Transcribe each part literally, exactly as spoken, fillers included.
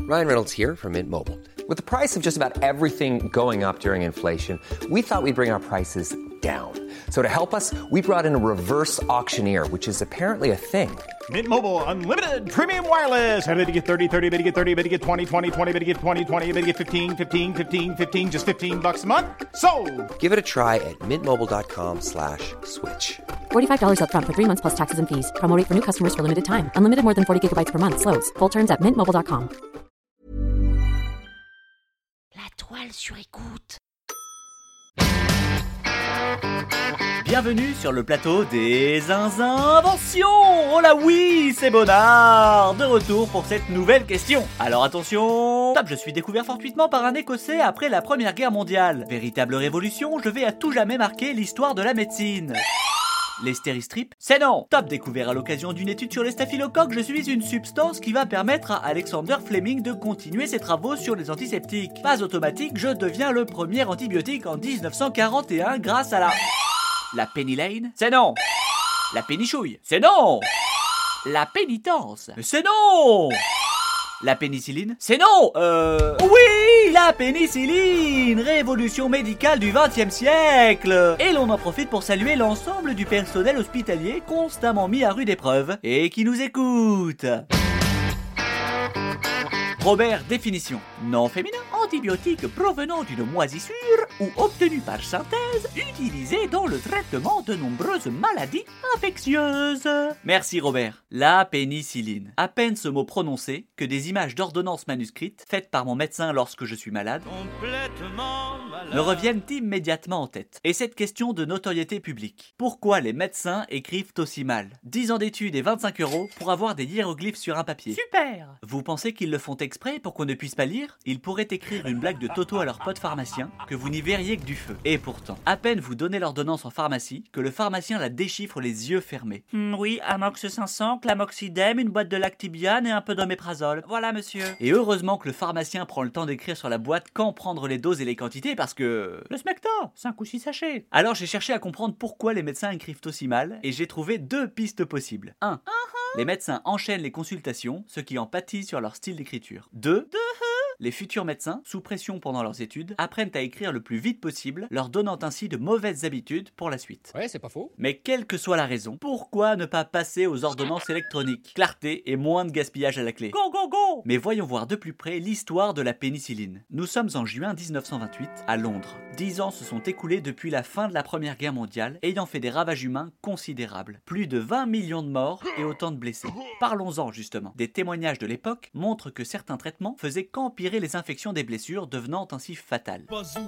Ryan Reynolds here from Mint Mobile. With the price of just about everything going up during inflation, we thought we'd bring our prices down. So to help us, we brought in a reverse auctioneer, which is apparently a thing. Mint Mobile Unlimited Premium Wireless. How to get thirty, thirty, how to get thirty, how to get twenty, twenty, twenty, how to get twenty, twenty, how to get fifteen, fifteen, fifteen, fifteen, just fifteen bucks a month? Sold! Give it a try at mintmobile.com slash switch. forty-five dollars up front for three months plus taxes and fees. Promo rate for new customers for limited time. Unlimited more than forty gigabytes per month. Slows full terms at mint mobile dot com. La toile sur écoute. Bienvenue sur le plateau des Inventions. Oh là oui, c'est Bonnard, de retour pour cette nouvelle question. Alors attention, top, je suis découvert fortuitement par un Écossais après la Première Guerre mondiale. Véritable révolution, je vais à tout jamais marquer l'histoire de la médecine. Les stéristrips, c'est non. Top, découvert à l'occasion d'une étude sur les staphylocoques, je suis une substance qui va permettre à Alexander Fleming de continuer ses travaux sur les antiseptiques. Pas automatique, je deviens le premier antibiotique en dix-neuf cent quarante et un grâce à la... La pénilane, c'est non. La pénichouille, c'est non. La pénitence, c'est non. La pénicilline, c'est non. Euh... Oui, la pénicilline, révolution médicale du vingtième siècle. Et l'on en profite pour saluer l'ensemble du personnel hospitalier constamment mis à rude épreuve et qui nous écoute. Robert, définition. Nom féminin, antibiotique provenant d'une moisissure ou obtenu par synthèse, utilisé dans le traitement de nombreuses maladies infectieuses. Merci Robert. La pénicilline. À peine ce mot prononcé que des images d'ordonnances manuscrites faites par mon médecin lorsque je suis malade me reviennent immédiatement en tête. Et cette question de notoriété publique. Pourquoi les médecins écrivent aussi mal? dix ans d'études et vingt-cinq euros pour avoir des hiéroglyphes sur un papier. Super! Vous pensez qu'ils le font exprès pour qu'on ne puisse pas lire? Ils pourraient écrire une blague de Toto à leur pote pharmacien que vous n'y verriez que du feu. Et pourtant, à peine vous donnez l'ordonnance en pharmacie que le pharmacien la déchiffre les yeux fermés. Hmm, oui, Amox cinq cents, Clamoxidem, une boîte de Lactibiane et un peu d'oméprazole. Voilà monsieur. Et heureusement que le pharmacien prend le temps d'écrire sur la boîte quand prendre les doses et les quantités parce que... Le Smecta, cinq ou six sachets. Alors j'ai cherché à comprendre pourquoi les médecins écrivent aussi mal et j'ai trouvé deux pistes possibles. un. Uh-huh. Les médecins enchaînent les consultations, ce qui en pâtit sur leur style d'écriture. deux. Les futurs médecins, sous pression pendant leurs études, apprennent à écrire le plus vite possible, leur donnant ainsi de mauvaises habitudes pour la suite. Ouais, c'est pas faux. Mais quelle que soit la raison, pourquoi ne pas passer aux ordonnances électroniques? Clarté et moins de gaspillage à la clé. Go, go, go! Mais voyons voir de plus près l'histoire de la pénicilline. Nous sommes en juin dix-neuf cent vingt-huit, à Londres. Dix ans se sont écoulés depuis la fin de la Première Guerre mondiale, ayant fait des ravages humains considérables. Plus de vingt millions de morts et autant de blessés. Parlons-en justement. Des témoignages de l'époque montrent que certains traitements faisaient qu'empirer les infections des blessures, devenant ainsi fatales.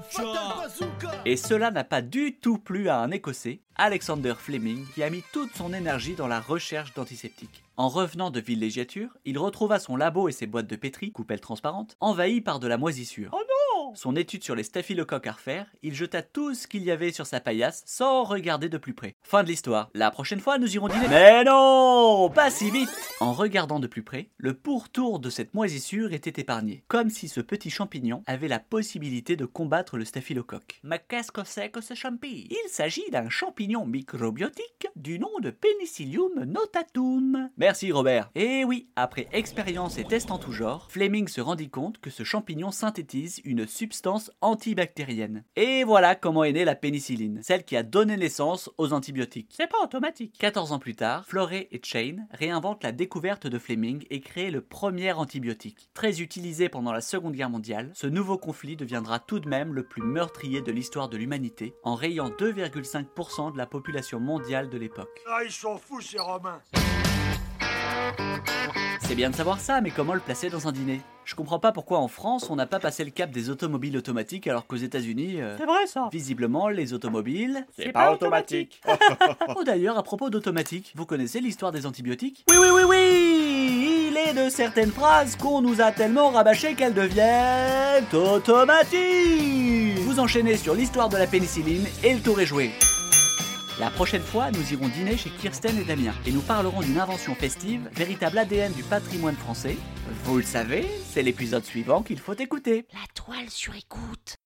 Et cela n'a pas du tout plu à un Écossais, Alexander Fleming, qui a mis toute son énergie dans la recherche d'antiseptiques. En revenant de villégiature, il retrouva son labo et ses boîtes de pétri, coupelles transparentes, envahies par de la moisissure. Oh non! Son étude sur les staphylocoques à refaire, il jeta tout ce qu'il y avait sur sa paillasse sans regarder de plus près. Fin de l'histoire. La prochaine fois, nous irons dîner. Mais non! Pas si vite! En regardant de plus près, le pourtour de cette moisissure était épargné. Comme si ce petit champignon avait la possibilité de combattre le staphylocoque. Mais qu'est-ce que c'est que ce champignon? Il s'agit d'un champignon microbiotique du nom de Penicillium notatum. Merci Robert. Et oui, après expérience et tests en tout genre, Fleming se rendit compte que ce champignon synthétise une substance antibactérienne. Et voilà comment est née la pénicilline, celle qui a donné naissance aux antibiotiques. C'est pas automatique. quatorze ans plus tard, Florey et Chain réinventent la découverte de Fleming et créent le premier antibiotique. Très utilisé pendant la Seconde Guerre mondiale, ce nouveau conflit deviendra tout de même le plus meurtrier de l'histoire de l'humanité, en rayant deux virgule cinq pour cent de la population mondiale de l'époque. Ah, ils sont fous ces Romains. C'est bien de savoir ça, mais comment le placer dans un dîner? Je comprends pas pourquoi en France on n'a pas passé le cap des automobiles automatiques alors qu'aux États-Unis, euh, C'est vrai ça. visiblement les automobiles. C'est pas automatique. Oh d'ailleurs, à propos d'automatique, vous connaissez l'histoire des antibiotiques? Oui, oui, oui, oui. Il est de certaines phrases qu'on nous a tellement rabâché qu'elles deviennent automatiques. Vous enchaînez sur l'histoire de la pénicilline et le tour est joué. La prochaine fois, nous irons dîner chez Kirsten et Damien et nous parlerons d'une invention festive, véritable A D N du patrimoine français. Vous le savez, c'est l'épisode suivant qu'il faut écouter. La toile sur écoute.